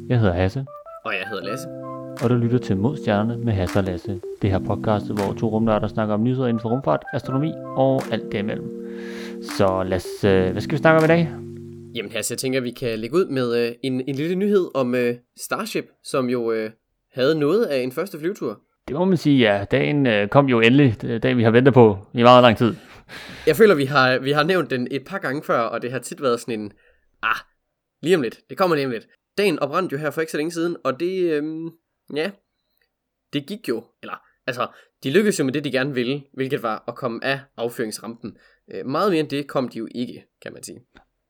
Jeg hedder Hasse, Og jeg hedder Lasse. og du lytter til Mod Stjernerne med Hasse og Lasse. Det her podcast, hvor to rumnørder snakker om nyheder inden for rumfart, astronomi og alt det imellem. Så Lasse, hvad skal vi snakke om i dag? Jamen Hasse, jeg tænker, at vi kan lægge ud med en lille nyhed om Starship, som jo havde noget af en første flyvetur. Det må man sige, ja. Dagen kom jo endelig. Dagen vi har ventet på i meget lang tid. Jeg føler, vi har nævnt den et par gange før, og det har tit været sådan en, lige om lidt, det kommer lige om lidt. Dagen oprandt jo her for ikke så længe siden, og det, det gik jo, de lykkedes jo med det, de gerne ville, hvilket var at komme af affyringsrampen. Meget mere end det kom de jo ikke, kan man sige.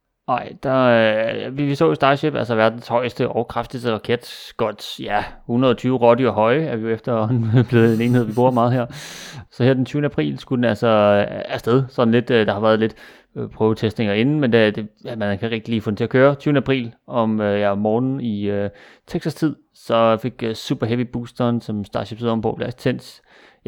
Nej, vi så jo Starship, altså verdens højeste og kraftigste raket, godt, 120 rådyr høje, er vi jo efterhånden blevet en enhed, vi bruger meget her. Så her den 20. april skulle den altså afsted, sådan lidt, der har været lidt prøvetestinger inden, men man kan ikke lige få den til at køre. 20. april om morgenen i Texas-tid, så fik Super Heavy boosteren, som Starship sidder ovenpå, blev tændt,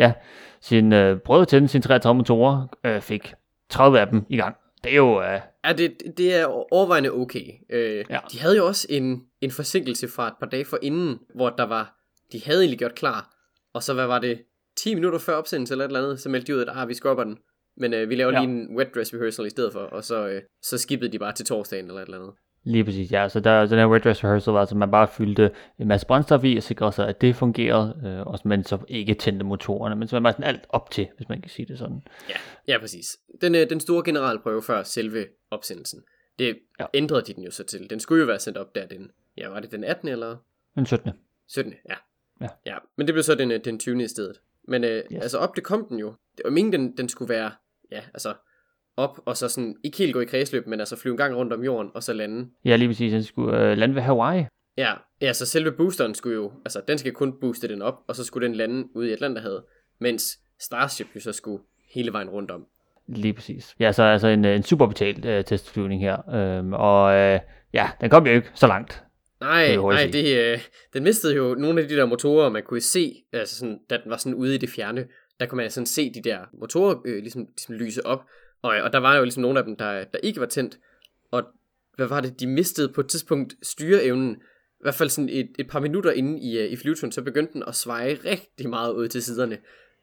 prøvede at tænde sine 33 motorer, fik 30 af dem i gang. Det er jo... Det er overvejende okay. Ja. De havde jo også en forsinkelse fra et par dage forinden, hvor de havde egentlig gjort klar, og så, hvad var det, 10 minutter før opsendelse eller et eller andet, så meldte de ud, at vi skubber den. Men vi laver lige en wet dress rehearsal i stedet for, og så skippede de bare til torsdagen eller et eller andet. Lige præcis, ja. Så den her wet dress rehearsal var, altså man bare fyldte en masse brændstof i og sikrede sig, at det fungerede, men så ikke tændte motorerne, men så var man sådan alt op til, hvis man kan sige det sådan. Ja, præcis. Den store generalprøve før selve opsendelsen, det ændrede de den jo så til. Den skulle jo være sendt op der var det den 18. eller? Den 17. 17, ja. Men det blev så den 20. i stedet. Men altså op, det kom den jo. Det var meningen, den skulle være, op, og så sådan, ikke helt gå i kredsløb, men altså flyve en gang rundt om jorden, og så lande. Ja, lige præcis, den skulle lande ved Hawaii. Ja, så selve boosteren skulle jo, altså den skal kun booste den op, og så skulle den lande ude i Atlanterhavet, mens Starship jo så skulle hele vejen rundt om. Lige præcis. Ja, så altså en super betalt testflyvning her, den kom jo ikke så langt. Nej, den mistede jo nogle af de der motorer, man kunne se, altså sådan, da den var sådan ude i det fjerne, der kunne man sådan se de der motorer ligesom lyse op, og der var jo ligesom nogle af dem, der ikke var tændt, og hvad var det, de mistede på et tidspunkt styreevnen, i hvert fald sådan et par minutter inde i flyveturen, så begyndte den at sveje rigtig meget ud til siderne.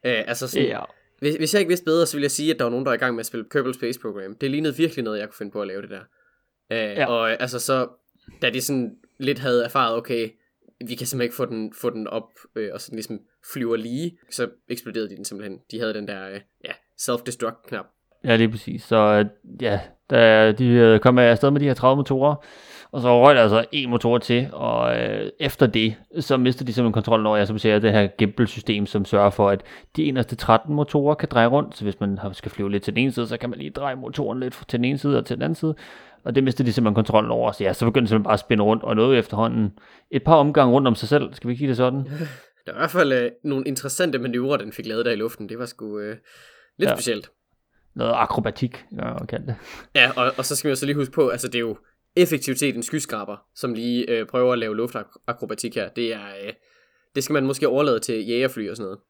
Hvis jeg ikke vidste bedre, så ville jeg sige, at der var nogen, der er i gang med at spille Kerbal Space Program. Det lignede virkelig noget, jeg kunne finde på at lave det der. Og altså så, da de sådan lidt havde erfaret, okay, vi kan simpelthen ikke få den op, og sådan ligesom flyver lige, så eksploderede de den simpelthen. De havde den der, self-destruct knap. Ja, lige præcis. Så da de kom afsted med de her 30 motorer, og så røg der altså en motor til, og efter det, så mister de simpelthen kontrollen over, som siger, det her gimbal-system, som sørger for, at de eneste 13 motorer kan dreje rundt, så hvis man skal flyve lidt til den ene side, så kan man lige dreje motoren lidt til den ene side og til den anden side, og det mister de simpelthen kontrollen over, så begyndte de simpelthen bare at spænde rundt, og nåede efterhånden et par omgange rundt om sig selv, skal vi ikke sige det sådan? Der var i hvert fald nogle interessante manøvrer, den fik lavet der i luften, det var sgu lidt specielt. Noget akrobatik, jeg kan det. Ja, og så skal vi jo så lige huske på, altså det er jo effektivitet en skyskraber, som lige prøver at lave luftakrobatik her. Det skal man måske overlade til jægerfly og sådan noget.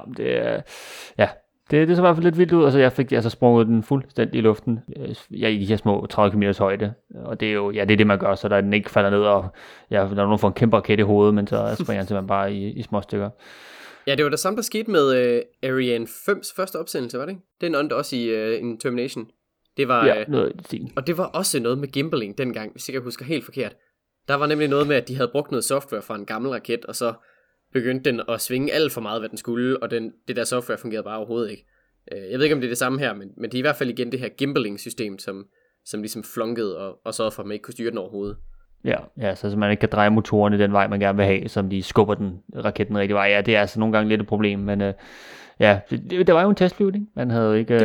Det så i hvert fald lidt vildt ud, altså jeg fik sprunget den fuldstændig i luften, i de her små 30 km højde, og det er jo, det er det man gør, så der den ikke falder ned, og der er nogen får en kæmpe raket i hovedet, men så springer den simpelthen bare i små stykker. Ja, det var det samme, der skete med Ariane 5's første opsendelse, var det ikke? Den åndte også i en Termination. Det var, noget og det var også noget med gimbaling dengang, hvis jeg husker helt forkert. Der var nemlig noget med, at de havde brugt noget software fra en gammel raket, og så begyndte den at svinge alt for meget, hvad den skulle, og det der software fungerede bare overhovedet ikke. Jeg ved ikke, om det er det samme her, men det er i hvert fald igen det her gimbaling-system, som ligesom flunkede og sørgede for, at man ikke kunne styre den overhovedet. Ja, så man ikke kan dreje motorerne den vej, man gerne vil have, som de skubber raketten rigtig vej. Ja, det er altså nogle gange lidt et problem, men det var jo en testflyvning. Man havde jo ikke,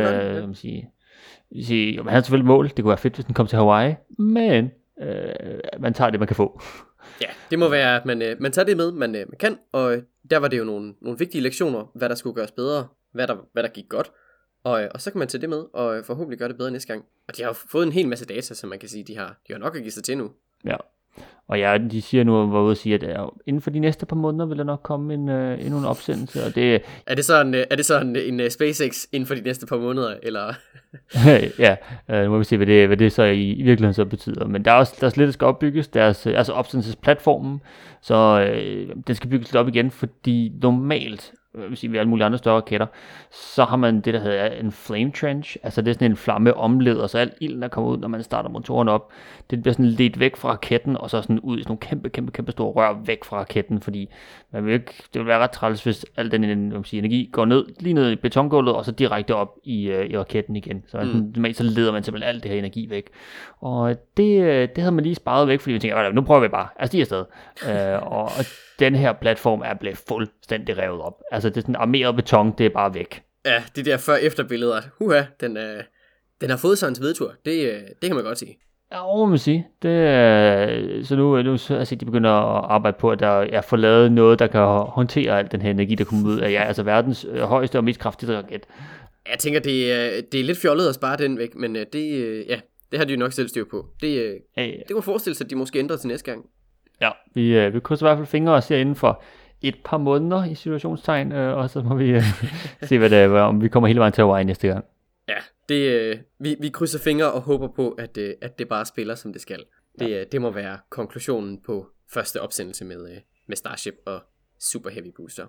man havde selvfølgelig mål. Det kunne være fedt, hvis den kom til Hawaii, men man tager det, man kan få. Ja, det må være, at man tager det med, man kan, og der var det jo nogle vigtige lektioner, hvad der skulle gøres bedre, hvad der gik godt, og så kan man tage det med, og forhåbentlig gøre det bedre næste gang. Og de har jo fået en hel masse data, som man kan sige, de har nok at give sig til nu. Ja, Og ja, de siger nu, hvor ude at sige, at inden for de næste par måneder vil der nok komme endnu en opsendelse, og det... Er det så en SpaceX inden for de næste par måneder, eller... Ja, nu må vi se, hvad det så i virkeligheden så betyder. Men der er også lidt, der skal opbygges, altså opsendelsesplatformen, så den skal bygges lidt op igen, fordi normalt, vil sige, ved alle mulige andre større raketter, så har man det, der hedder en flame trench, altså det er sådan en flammeomleder, så alt ilden, der kommer ud, når man starter motoren op, det bliver sådan ledt væk fra raketten, og så sådan ud i sådan nogle kæmpe store rør væk fra raketten, fordi man vil ikke, det vil være ret træls, hvis al den energi går lige ned i betongulvet, og så direkte op i raketten igen. Så normalt så leder man simpelthen alt det her energi væk. Og det havde man lige sparet væk, fordi vi tænker, nu prøver vi bare, altså de er afsted. Og den her platform er blevet fuldstændig revet op. Altså det er sådan armeret beton, det er bare væk. Ja, de der før-efter billeder, den har fået sig en svedtur, det kan man godt sige. Ja, må man sige. Så nu altså, de begynder at arbejde på, at der er få lavet noget, der kan håndtere al den her energi, der kommer ud af altså verdens højeste og mest kraftige raket. Jeg tænker, det er lidt fjollet at spare den væk, men det har de jo nok selv styr på. Det kunne forestille sig, at de måske ændrer til næste gang. Ja, vi krydser i hvert fald fingre og ser inden for et par måneder i situationstegn, og så må vi se, om vi kommer hele vejen til Hawaii næste gang. Ja, vi krydser fingre og håber på, at det bare spiller, som det skal. Det må være konklusionen på første opsendelse med Starship og Super Heavy Booster.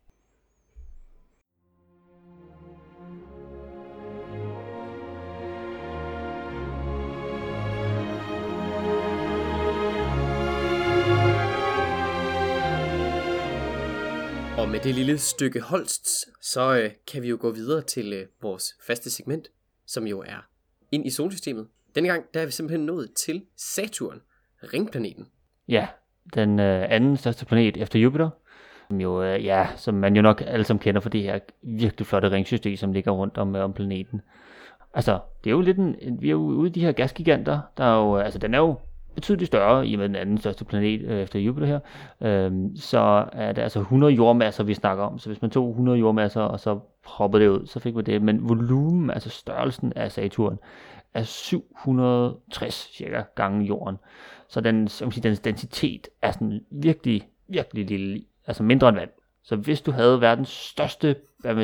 Og med det lille stykke Holst, så kan vi jo gå videre til vores faste segment, som jo er ind i solsystemet. Denne gang, der er vi simpelthen nået til Saturn, ringplaneten. Ja, den anden største planet efter Jupiter, som jo, som man jo nok alle sammen kender for det her virkelig flotte ringsystem, som ligger rundt om planeten. Altså, det er jo lidt vi er jo ude i de her gasgiganter, der er jo, altså den er jo betydeligt større i og med den anden største planet efter Jupiter her, så er det altså 100 jordmasser, vi snakker om. Så hvis man tog 100 jordmasser, og så proppede det ud, så fik man det. Men volumen, altså størrelsen af Saturn, er 760 cirka gange jorden. Så dens densitet er sådan virkelig, virkelig lille, altså mindre end vand. Så hvis du havde verdens største,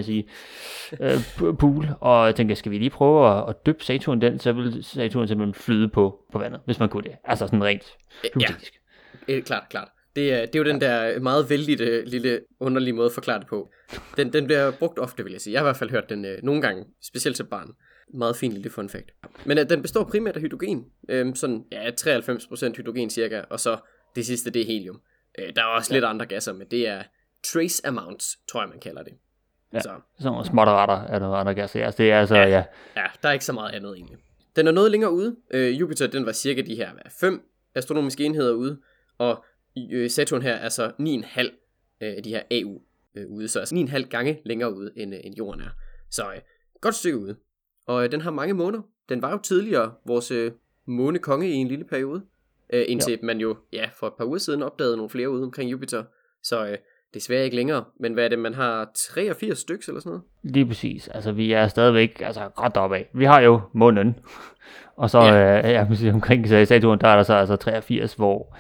pool, og jeg tænker, skal vi lige prøve at dyppe Saturn den, så vil Saturn simpelthen flyde på vandet, hvis man kunne det. Altså sådan rent hypotetisk. Ja, klart. Det er jo den der meget vældige lille underlige måde at forklare det på. Den bliver brugt ofte, vil jeg sige. Jeg har i hvert fald hørt den nogle gange, specielt til barn. Meget fin lille fun fact. Men den består primært af hydrogen. Sådan 93% hydrogen cirka, og så det sidste, det er helium. Der er også lidt andre gasser, men det er trace amounts, tror jeg, man kalder det. Ja, sådan nogle småtteratter er noget andre gasser. Altså, det er altså, ja, der er ikke så meget andet egentlig. Den er noget længere ude. Jupiter, den var cirka de her 5 astronomiske enheder ude, og Saturn her er så 9,5 af de her AU ude, så altså 9,5 gange længere ude, end Jorden er. Så godt stykke ude. Og den har mange måner. Den var jo tidligere vores månekonge i en lille periode, indtil man jo for et par uger siden opdagede nogle flere ude omkring Jupiter. Så desværre ikke længere, men hvad er det, man har 83 stykker eller sådan noget? Lige præcis, altså vi er stadigvæk godt deroppe af. Vi har jo månen, og så omkring Saturn, der er der så altså 83, hvor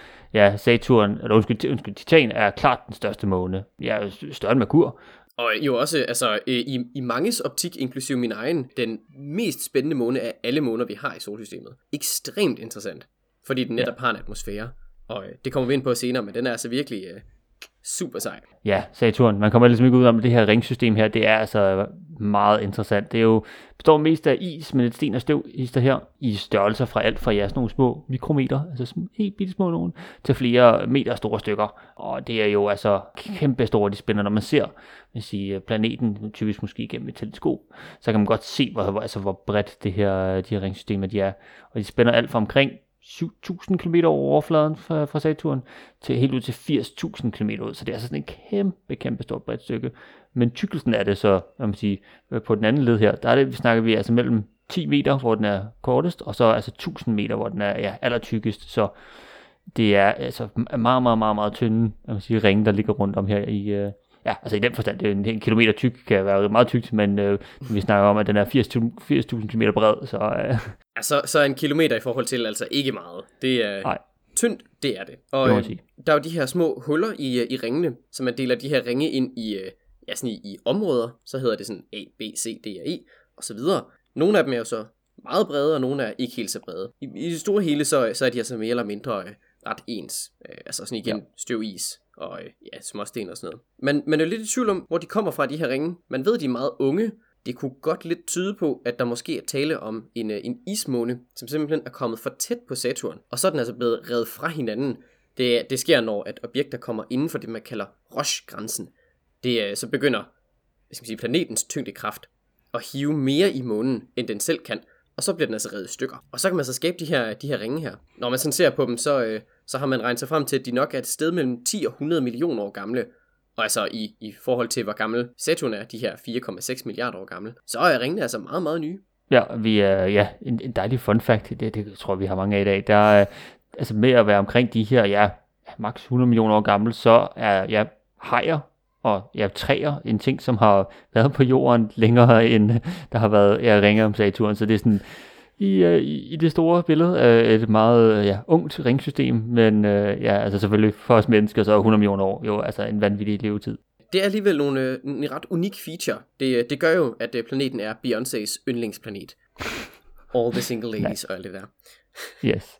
Titan er klart den største måne. Ja, større end Merkur. Og jo også, altså i manges optik, inklusive min egen, den mest spændende måne af alle måner, vi har i solsystemet. Ekstremt interessant, fordi den netop har en atmosfære, og det kommer vi ind på senere, men den er altså virkelig super sej. Ja, Saturn. Man kommer ligesom ikke ud om det her ringsystem her. Det er altså meget interessant. Det er jo består mest af is med lidt sten og støv her i størrelser fra alt fra sådan nogle små mikrometer, altså helt bitte små nogen, til flere meter store stykker. Og det er jo altså kæmpe store, de spænder. Når man ser planeten, typisk måske gennem et teleskop, så kan man godt se, hvor bredt de her ringsystemer de er. Og de spænder alt fra omkring 7.000 km over overfladen fra Saturn til helt ud til 80.000 km ud. Så det er altså sådan en kæmpe stort bredt stykke. Men tykkelsen er det så, på den anden led her, der er det, snakker vi altså mellem 10 meter, hvor den er kortest, og så altså 1000 meter, hvor den er allertykkest. Så det er altså meget, meget, meget, meget tynde ringe, der ligger rundt om her i... i den forstand, det er en kilometer tyk, kan være meget tykt, men vi snakker om, at den er 80.000 km bred, så... Så en kilometer i forhold til, altså ikke meget. Det er tyndt, det er det. Og der er jo de her små huller i ringene, så man deler de her ringe ind i områder, så hedder det sådan A, B, C, D og E, og så videre. Nogle af dem er jo så meget brede, og nogle er ikke helt så brede. I det store hele, så er de altså mere eller mindre ret ens. Altså sådan igen støv is og småsten og sådan noget. Men man er lidt i tvivl om, hvor de kommer fra, de her ringe. Man ved, de er meget unge. Det kunne godt lidt tyde på, at der måske er tale om en ismåne, som simpelthen er kommet for tæt på Saturn. Og så er den altså blevet revet fra hinanden. Det sker, når at objekter kommer inden for det, man kalder Roche-grænsen. Så begynder planetens tyngdekraft at hive mere i månen, end den selv kan. Og så bliver den altså revet i stykker. Og så kan man så skabe de her ringe her. Når man sådan ser på dem, så har man regnet sig frem til, at de nok er et sted mellem 10 og 100 millioner år gamle. Og altså i forhold til, hvor gammel Saturn er, de her 4,6 milliarder år gamle, så er ringene altså meget, meget nye. Ja, vi er en dejlig fun fact, det tror jeg, vi har mange af i dag. Der er altså med at være omkring de her, maks 100 millioner år gamle, så er hajer og træer en ting, som har været på jorden længere, end der har været ringe om Saturn. Så det er sådan, i det store billede et meget ungt ringsystem, men altså selvfølgelig for os mennesker, så er 100 millioner år jo altså en vanvittig levetid. Det er alligevel en ret unik feature. Det gør jo, at planeten er Beyoncés yndlingsplanet. All the single ladies og alt det der. Yes.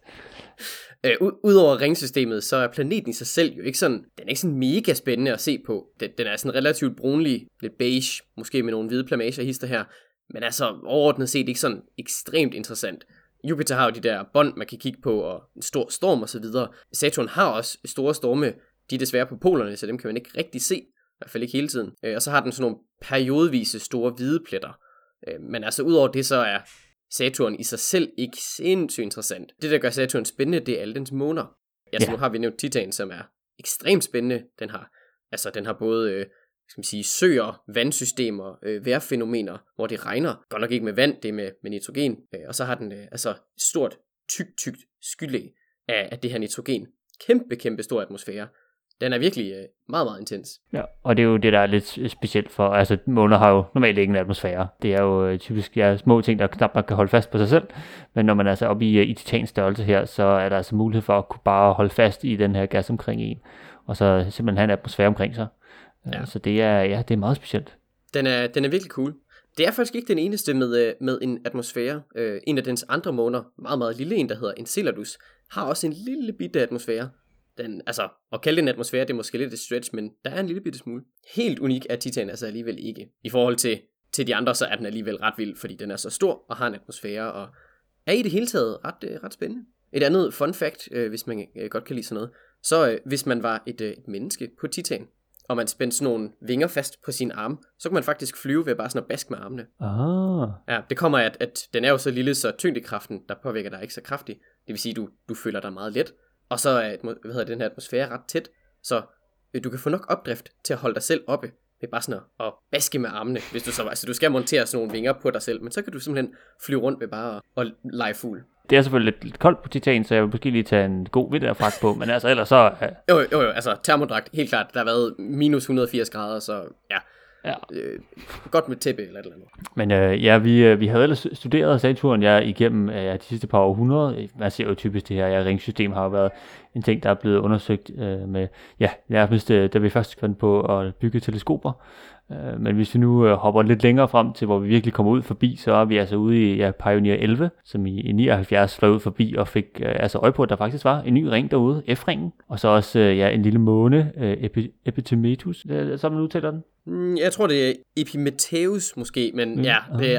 Udover ringsystemet, så er planeten i sig selv jo ikke sådan mega spændende at se på. Den er sådan relativt brunlig, lidt beige, måske med nogle hvide plamager hister her, men altså overordnet set ikke sådan ekstremt interessant. Jupiter har jo de der bånd, man kan kigge på, og en stor storm og så videre. Saturn har også store storme, de er desværre på polerne, så dem kan man ikke rigtig se, i hvert fald ikke hele tiden. Og så har den sådan nogle periodevise store hvide pletter. Men altså udover det, så er Saturn i sig selv ikke sindssygt interessant. Det, der gør Saturn spændende, det er alle dens måner. Nu har vi nævnt Titan, som er ekstremt spændende. Den har både søer, vandsystemer, vejrfænomener, hvor det regner. Godt nok ikke med vand, det er med nitrogen. Og så har den et stort, tykt skylag af det her nitrogen. Kæmpe stor atmosfære. Den er virkelig meget, meget intens. Ja, og det er jo det, der er lidt specielt for, altså måner har jo normalt ikke en atmosfære. Det er jo typisk små ting, der knap man kan holde fast på sig selv. Men når man er altså oppe i titans størrelse her, så er der altså mulighed for at kunne bare holde fast i den her gas omkring en. Og så simpelthen have en atmosfære omkring sig. Ja. Så det er meget specielt. Den er virkelig cool. Det er faktisk ikke den eneste med en atmosfære. En af dens andre måner, meget, meget lille en, der hedder Enceladus, har også en lille bitte atmosfære. At kalde det en atmosfære, det er måske lidt et stretch, men der er en lille bitte smule. Helt unik er Titan altså alligevel ikke. I forhold til de andre, så er den alligevel ret vild, fordi den er så stor og har en atmosfære, og er i det hele taget ret spændende. Et andet fun fact, hvis man godt kan lide sådan noget, så hvis man var et menneske på Titan, og man spændte sådan nogle vinger fast på sin arme, så kan man faktisk flyve ved bare sådan at baske med armene. Ja, det kommer af, at den er jo så lille, så tyngdekraften, der påvirker dig ikke så kraftigt. Det vil sige, du føler dig meget let. Og så er den her atmosfære ret tæt, så du kan få nok opdrift til at holde dig selv oppe, med bare sådan at baske med armene, hvis du så, altså du skal montere sådan nogle vinger på dig selv, men så kan du simpelthen flyve rundt ved bare at lege fugl. Det er selvfølgelig lidt koldt på Titan, så jeg vil måske lige tage en god vinterfragt på, men altså ellers så... Jo, altså termodragt, helt klart, der har været minus 180 grader, så ja. Godt med tæppe eller et eller Men andet. vi havde ellers studeret Saturn igennem de sidste par århundreder. Man ser jo typisk det her ringsystem har jo været en ting, der er blevet undersøgt med, nærmest da vi først fandt på at bygge teleskoper. Men hvis vi nu hopper lidt længere frem til, hvor vi virkelig kommer ud forbi, så er vi altså ude i Pioneer 11, som i 79 fløj ud forbi og fik øje på, at der faktisk var en ny ring derude, F-ringen, og så også en lille måne, Epimetheus, som man udtaler den. Jeg tror, det er Epimetheus måske, men det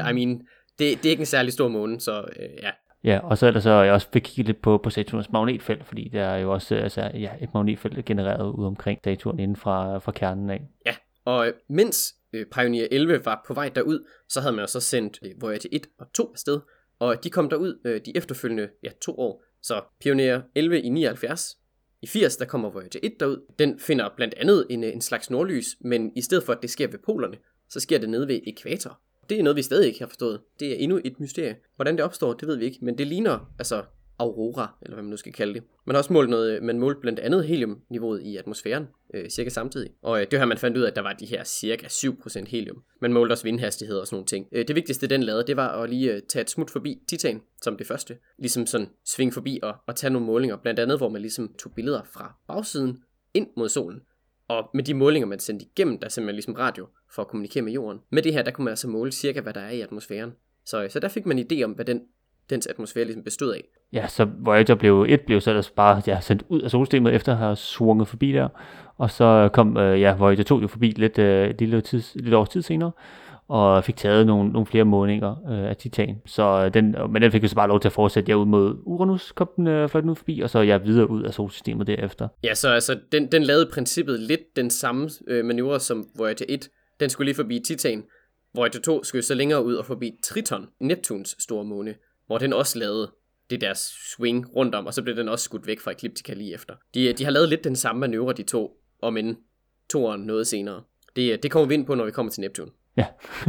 er ikke en særlig stor måne, så ja. Ja, og så ellers så jeg også fik kigget lidt på Saturns magnetfelt, fordi der er jo også et magnetfelt genereret ud omkring Saturn inden fra kernen af. Ja, og mens Pioneer 11 var på vej derud, så havde man jo så sendt Voyager 1 og 2 afsted, og de kom derud de efterfølgende 2 år. Så Pioneer 11 i 79, i 80 der kommer Voyager 1 derud. Den finder blandt andet en slags nordlys, men i stedet for at det sker ved polerne, så sker det nede ved ækvator. Det er noget, vi stadig ikke har forstået. Det er endnu et mysterie. Hvordan det opstår, det ved vi ikke, men det ligner altså aurora, eller hvad man nu skal kalde det. Man har også man målte blandt andet heliumniveauet i atmosfæren, cirka samtidig. Og det her man fandt ud af, at der var de her cirka 7% helium. Man målte også vindhastighed og sådan nogle ting. Det vigtigste den lavede, det var at lige tage et smut forbi Titan som det første. Ligesom sådan svinge forbi og tage nogle målinger, blandt andet hvor man ligesom tog billeder fra bagsiden ind mod solen. Og med de målinger, man sendte igennem, der er simpelthen ligesom radio for at kommunikere med jorden. Med det her, der kunne man altså måle cirka, hvad der er i atmosfæren. Så der fik man en idé om, hvad dens atmosfære ligesom bestod af. Ja, så Voyager blev så ellers bare sendt ud af solsystemet efter at have svunget forbi der. Og så kom Voyager 2 jo forbi lidt års tid senere, og fik taget nogle flere målinger af Titan. Men den fik jo så bare lov til at fortsætte ud mod Uranus, kom den fløjt nu forbi, og så videre ud af solsystemet derefter. Ja, så altså, den lavede i princippet lidt den samme manøvre som Voyager 1. Den skulle lige forbi Titan. Voyager 2 skulle så længere ud og forbi Triton, Neptuns store måne, hvor den også lavede det der swing rundt om, og så blev den også skudt væk fra ekliptika lige efter. De har lavet lidt den samme manøvre, de to, om end toeren noget senere. Det kommer vi ind på, når vi kommer til Neptun. Ja.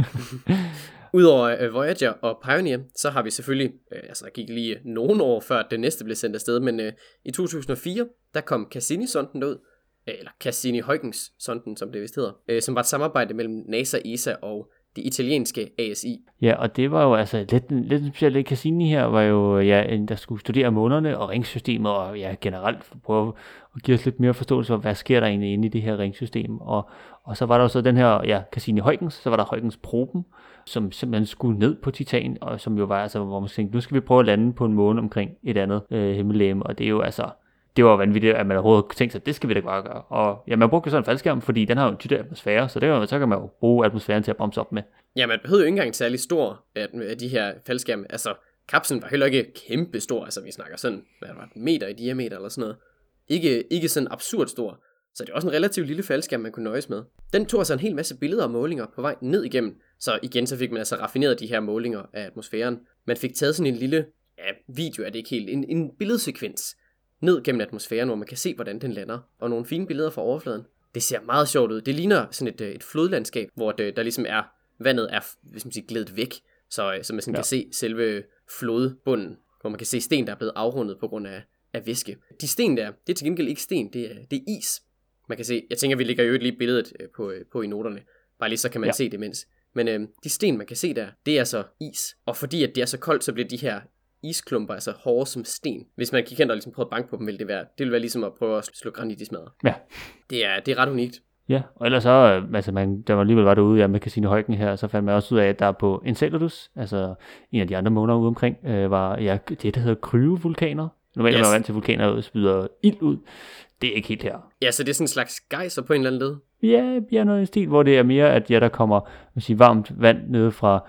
Udover Voyager og Pioneer, så har vi selvfølgelig, der gik lige nogle år før det næste blev sendt afsted, men i 2004, der kom Cassini-sonden ud, eller Cassini-Huygens-sonden, som det vist hedder, som var et samarbejde mellem NASA, ESA og det italienske ASI. Ja, og det var jo altså lidt specielt. Cassini her var jo en, der skulle studere månerne og ringsystemet, og generelt prøve at give os lidt mere forståelse for, hvad sker der egentlig inde i det her ringsystem. Og så var der jo så den her, Cassini-Huygens, så var der Huygens-proben, som simpelthen skulle ned på Titan, og som jo var altså, hvor man tænkte, nu skal vi prøve at lande på en måne omkring et andet himmellegeme, og det er jo altså, det var vanvittigt, at man overhovedet tænkte sig, at det skal vi da bare gøre. Og man brugte sådan en faldskærm, fordi den har jo en tyk atmosfære, så kan man jo bruge atmosfæren til at bremse op med. Ja, man behøvede jo ikke engang særlig stor af de her faldskærme. Altså, kapslen var heller ikke kæmpe stor. Altså, vi snakker sådan, hvad var det, meter i diameter eller sådan noget. Ikke sådan absurd stor. Så det er også en relativt lille faldskærm, man kunne nøjes med. Den tog altså en hel masse billeder og målinger på vej ned igennem. Så igen, så fik man altså raffineret de her målinger af atmosfæren. Man fik taget sådan en lille, video er det ikke helt, en billedsekvens ned gennem atmosfæren, hvor man kan se, hvordan den lander. Og nogle fine billeder fra overfladen. Det ser meget sjovt ud. Det ligner sådan et flodlandskab, hvor der ligesom vandet er glædet væk. Så man sådan kan se selve flodbunden, hvor man kan se sten, der er blevet afrundet på grund af væske. De sten der, det er til gengæld ikke sten, det er is. Man kan se, jeg tænker, vi lægger jo lige billedet på i noterne. Bare lige så kan man se det mens. Men de sten, man kan se der, det er så is. Og fordi at det er så koldt, så bliver de her isklumper altså hårde som sten. Hvis man gik hen og ligesom prøvede at banke på dem, ville det være ligesom at prøve at slå granit i smadret. Ja. Det er ret unikt. Ja, og ellers så, der var alligevel var derude, med Cassini-Huygens her, så fandt man også ud af, at der på Enceladus, altså en af de andre måner ude omkring, var det, der hedder kryovulkaner. Normalt er man vant til vulkaner, der spyder ild ud. Det er ikke helt her. Ja, så det er sådan en slags gejser på en eller anden led. Ja, noget i stil, hvor det er mere, at der kommer varmt vand nede fra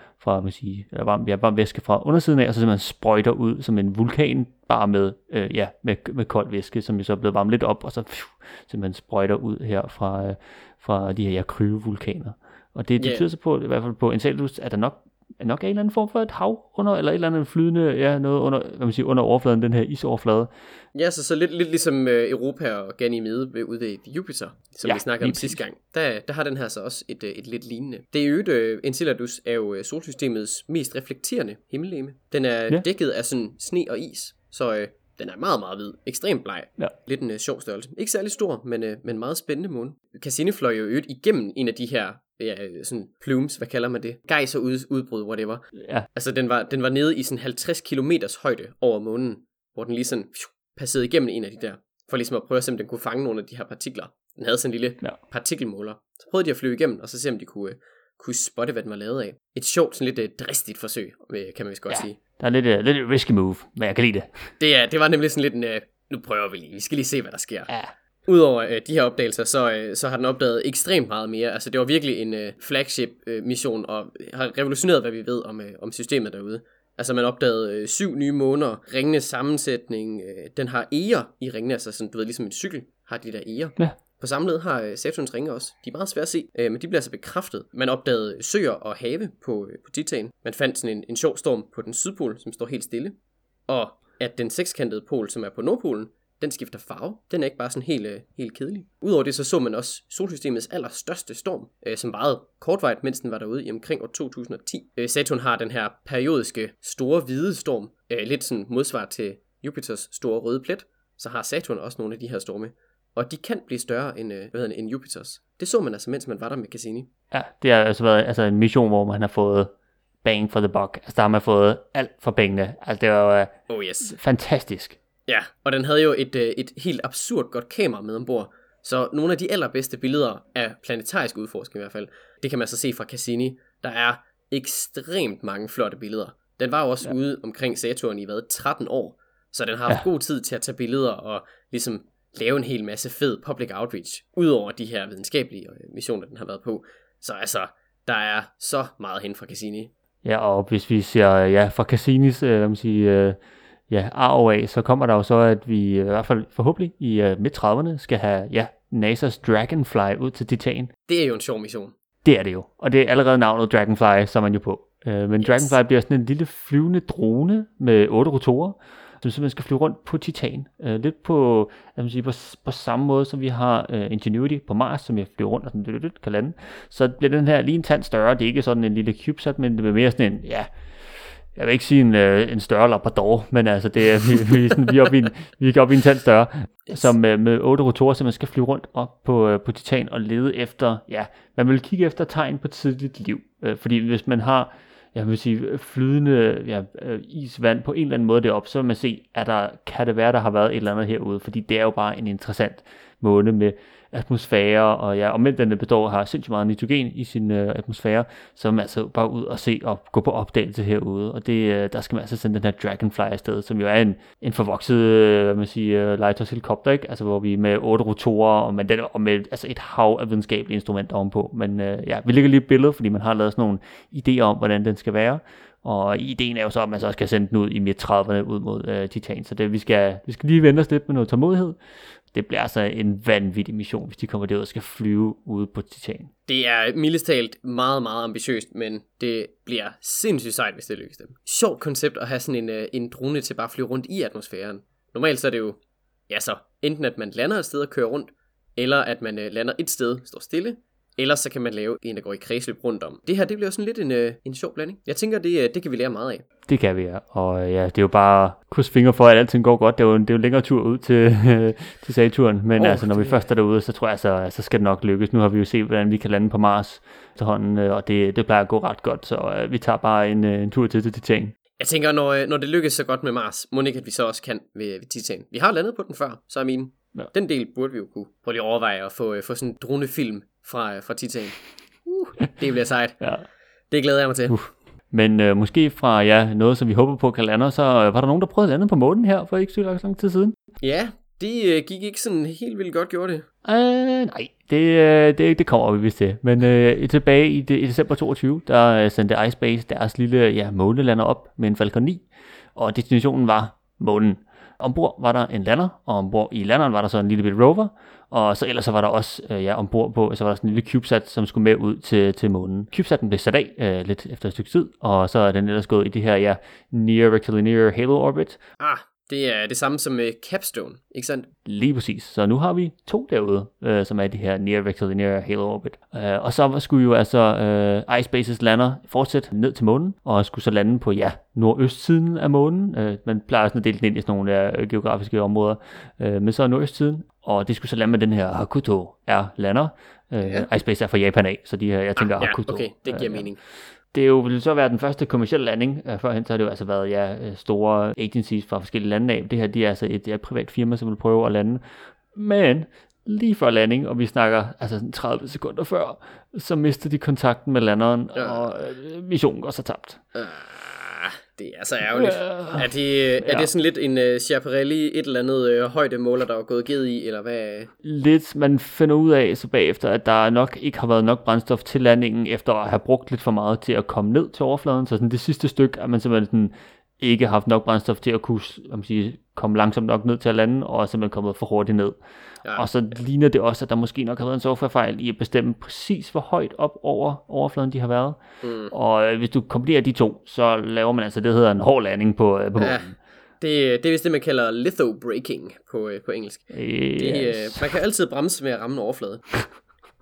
varm væske fra undersiden af, og så simpelthen sprøjter ud som en vulkan, bare med kold væske, som jo så er blevet varmet lidt op, og så simpelthen sprøjter ud her fra de her kryovulkaner. Og det betyder så på, i hvert fald på Enceladus, at der nok er en eller anden form for et hav under, eller et eller andet flydende, noget under, under overfladen, den her isoverflade. Ja, så lidt ligesom Europa og Ganymede ude ved Jupiter, som vi snakkede om sidste gang. Der har den her så også et lidt lignende. Det er jo Enceladus er jo solsystemets mest reflekterende himmellegeme. Den er dækket af sådan sne og is, så den er meget, meget hvid. Ekstremt bleg. Ja. Lidt en sjov størrelse. Ikke særlig stor, men meget spændende måne. Cassini fløj jo igennem en af de her sådan plumes, hvad kalder man det? Gejser udbrud, whatever. Ja. Altså den var nede i sådan 50 kilometers højde over månen, hvor den lige sådan passerede igennem en af de der, for ligesom at prøve at se, om den kunne fange nogle af de her partikler. Den havde sådan en lille partikelmåler. Så prøvede de at flyve igennem, og så se, om de kunne spotte, hvad den var lavet af. Et sjovt, sådan lidt dristigt forsøg, kan man vist godt sige. Der er lidt risky move, men jeg kan lide det. Det var nemlig sådan lidt en, nu prøver vi lige, vi skal lige se, hvad der sker. Ja. Udover de her opdagelser, så har den opdaget ekstremt meget mere. Altså det var virkelig en flagship mission, og har revolutioneret, hvad vi ved om systemet derude. Altså man opdagede 7 nye måner, ringenes sammensætning, den har eger i ringene, altså sådan, du ved, ligesom en cykel har de der eger. Ja. På samme led har Saturns ringe også. De er meget svære at se, men de bliver altså bekræftet. Man opdagede søer og have på Titan. Man fandt sådan en sjov storm på den sydpol, som står helt stille. Og at den sekskantede pol, som er på nordpolen, den skifter farve. Den er ikke bare sådan helt kedelig. Udover det, så man også solsystemets allerstørste storm, som varede kortvarigt, mens den var derude i omkring år 2010. Saturn har den her periodiske store hvide storm, lidt sådan modsvar til Jupiters store røde plet, så har Saturn også nogle af de her storme. Og de kan blive større end Jupiters. Det så man altså, mens man var der med Cassini. Ja, det har altså været en mission, hvor man har fået bang for the buck. Altså der har man fået alt for pengene. Altså det var fantastisk. Ja, og den havde jo et helt absurd godt kamera med ombord. Så nogle af de allerbedste billeder af planetarisk udforskning i hvert fald, det kan man så se fra Cassini. Der er ekstremt mange flotte billeder. Den var jo også ude omkring Saturn i 13 år. Så den har haft god tid til at tage billeder og ligesom lave en hel masse fed public outreach, udover de her videnskabelige missioner, den har været på. Så altså, der er så meget hen fra Cassini. Ja, og hvis vi ser fra Cassinis arv af, så kommer der jo så, at vi i hvert fald forhåbentlig i midt-30'erne skal have NASA's Dragonfly ud til Titan. Det er jo en sjov mission. Det er det jo, og det er allerede navnet Dragonfly, som man jo på. Men Dragonfly bliver sådan en lille flyvende drone med 8 rotorer, som simpelthen skal flyve rundt på Titan. Lidt på, på samme måde, som vi har Ingenuity på Mars, som jeg flyver rundt og sådan kan lande. Så bliver den her lige en tand større. Det er ikke sådan en lille CubeSat, men det bliver mere sådan en, jeg vil ikke sige en større Labrador, men altså det er, vi er oppe i en tand større, som med 8 rotorer, som man skal flyve rundt op på Titan og lede efter, man vil kigge efter tegn på tidligt liv. Fordi hvis man har flydende isvand på en eller anden måde deroppe, så vil man se, kan det være, der har været et eller andet herude, fordi det er jo bare en interessant måne med atmosfære, og mens den består har sindssygt meget nitrogen i sin atmosfære, så er man altså bare ud og se og gå på opdagelse herude, og der skal man altså sende den her Dragonfly afsted, som jo er en forvokset, legetøjshelikopter, ikke? Altså hvor vi med 8 rotorer, og med altså et hav af videnskabelige instrumenter ovenpå, men vi lægger lige et billede, fordi man har lavet sådan nogle idéer om, hvordan den skal være, og ideen er jo så, at man så skal sende den ud i midt-30'erne ud mod Titan, så vi skal lige vente os lidt med noget tålmodighed. Det bliver altså en vanvittig mission, hvis de kommer derud og skal flyve ude på Titan. Det er mildest talt meget, meget ambitiøst, men det bliver sindssygt sejt, hvis det lykkes dem. Sjovt koncept at have sådan en drone til bare at flyve rundt i atmosfæren. Normalt så er det jo, enten at man lander et sted og kører rundt, eller at man lander et sted, står stille, ellers så kan man lave en, der går i kredsløb rundt om. Det her, det bliver sådan lidt en sjov blanding. Jeg tænker, det kan vi lære meget af. Det kan vi, ja. Og det er jo bare kryds fingre for, at alting går godt. Det er jo en længere tur ud til Saturn. Men når vi først er derude, så tror jeg, så skal det nok lykkes. Nu har vi jo set, hvordan vi kan lande på Mars til hånden, og det plejer at gå ret godt. Så vi tager bare en tur til Titan. Jeg tænker, når det lykkes så godt med Mars, må ikke, at vi så også kan ved Titan. Vi har landet på den før, så den del burde vi jo kunne prøve lige at overveje at få sådan en dronefilm fra Titan. Det bliver sejt. Ja. Det glæder jeg mig til. Men måske fra noget, som vi håber på kan lande, så var der nogen, der prøvede at lande på månen her for ikke så lang tid siden? Ja, det gik ikke sådan helt vildt godt, gjorde det? Nej, det kommer vi vist til. Men tilbage i december 22, der sendte iSpace deres lille månelander op med en Falcon 9, og destinationen var månen. Ombord var der en lander, og ombord i landeren var der så en lille bit rover, og så ellers så var der også ombord på, så var der sådan en lille CubeSat, som skulle med ud til månen. CubeSaten blev sat af lidt efter et stykke tid, og så er den ellers gået i det her Near Rectilinear Halo Orbit. Det er det samme som med Capstone, ikke sandt? Lige præcis. Så nu har vi 2 derude, som er de her Near Rectilinear Halo Orbit. Og så skulle jo iSpaces lander fortsætte ned til månen, og skulle så lande på nordøstsiden af månen. Man plejer sådan at dele den ind i sådan nogle geografiske områder, men så nordøstsiden. Og det skulle så lande med den her Hakuto R-lander. iSpace er fra Japan af, så jeg tænker Hakuto. Okay, det giver mening. Det vil så være den første kommercielle landing. Førhen så har det jo altså været store agencies fra forskellige lande af. Det her, de er altså et privat firma, som vil prøve at lande. Men lige før landing, og vi snakker altså 30 sekunder før, så mister de kontakten med landeren, og missionen går så tabt. Det er så ærgerligt. Er det sådan lidt en Schiaparelli, et eller andet højdemåler, der er gået ged i, eller hvad? Lidt, man finder ud af så bagefter, at der nok ikke har været nok brændstof til landingen, efter at have brugt lidt for meget til at komme ned til overfladen. Så sådan det sidste stykke er man simpelthen ikke haft nok brændstof til at kunne komme langsomt nok ned til at lande, og er simpelthen kommet for hurtigt ned. Ja. Og så ligner det også, at der måske nok har været en softwarefejl i at bestemme præcis, hvor højt op over overfladen de har været. Og hvis du kombinerer de to, så laver man altså det, der hedder en hård landing på månen. Det er vist det, man kalder lithobraking på engelsk. Man kan altid bremse med at ramme en overflade.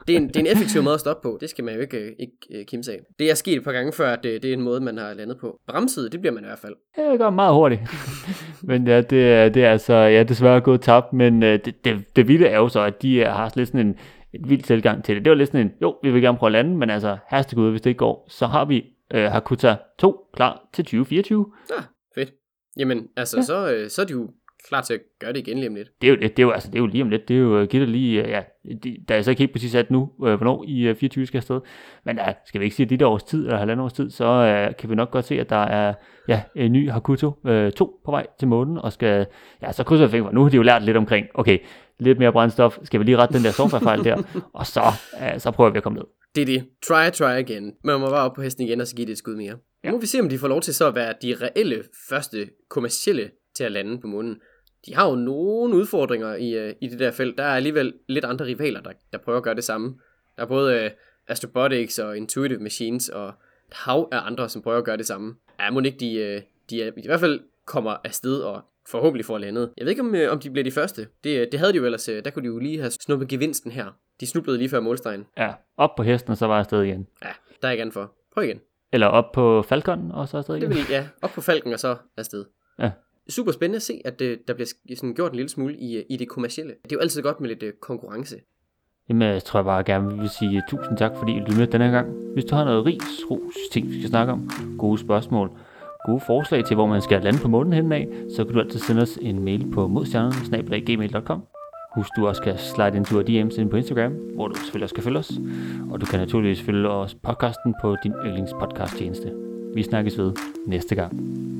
Det er en effektiv måde at stoppe på. Det skal man jo ikke kimse af. Det er sket et par gange før, at det er en måde, man har landet på. Bremset, det bliver man i hvert fald. Ja, det går meget hurtigt. Men ja, det er altså desværre gået tabt. Men det vilde er jo så, at de har lidt sådan en vild tilgang til det. Det var lidt sådan vi vil gerne prøve at lande, men altså, hastegud, hvis det ikke går, så har vi Hakuta 2 klar til 2024. Ja, fedt. Jamen, altså, så er de jo klar til at gøre det igen lige om lidt. Det er jo lige om lidt. Det er jo givet lige, der er så ikke helt præcis sat nu, hvornår i 24 skal afsted. Men skal vi ikke sige, at det års tid, eller halvandet års tid, så kan vi nok godt se, at der er en ny Hakuto 2 på vej til månen, og skal, så krydser jeg fingre. Nu har de jo lært lidt omkring, okay, lidt mere brændstof, skal vi lige rette den der softwarefejl der, og så prøver vi at komme ned. Det er det. Try again. Man må bare op på hesten igen, og så give det et skud mere. Nu må vi se, om de får lov til så at være de reelle første kommercielle til at lande på månen. De har jo nogle udfordringer i det der felt. Der er alligevel lidt andre rivaler, der prøver at gøre det samme. Der er både Astrobotics og Intuitive Machines og et hav af andre, som prøver at gøre det samme. Ja, må ikke de i hvert fald kommer afsted og forhåbentlig får landet. Jeg ved ikke, om de bliver de første. Det havde de jo ellers. Der kunne de jo lige have snuppet gevinsten her. De snublede lige før målstregen. Ja, op på hesten, og så var jeg afsted igen. Ja, der er ikke andet for. Prøv igen. Eller op på Falcon, og så afsted igen. Det vil op på Falcon, og så afsted. Ja. Super spændende at se, at der bliver sådan gjort en lille smule i det kommercielle. Det er jo altid godt med lidt konkurrence. Jamen, jeg tror jeg bare gerne vil sige tusind tak, fordi I lyttede med denne gang. Hvis du har noget ros, ting vi skal snakke om, gode spørgsmål, gode forslag til, hvor man skal lande på månen henne af, så kan du altid sende os en mail på modstjernerne@gmail.com. Husk, du også kan slide en tur DM's ind på Instagram, hvor du selvfølgelig også kan følge os. Og du kan naturligvis følge os podcasten på din yndlingspodcast tjeneste. Vi snakkes ved næste gang.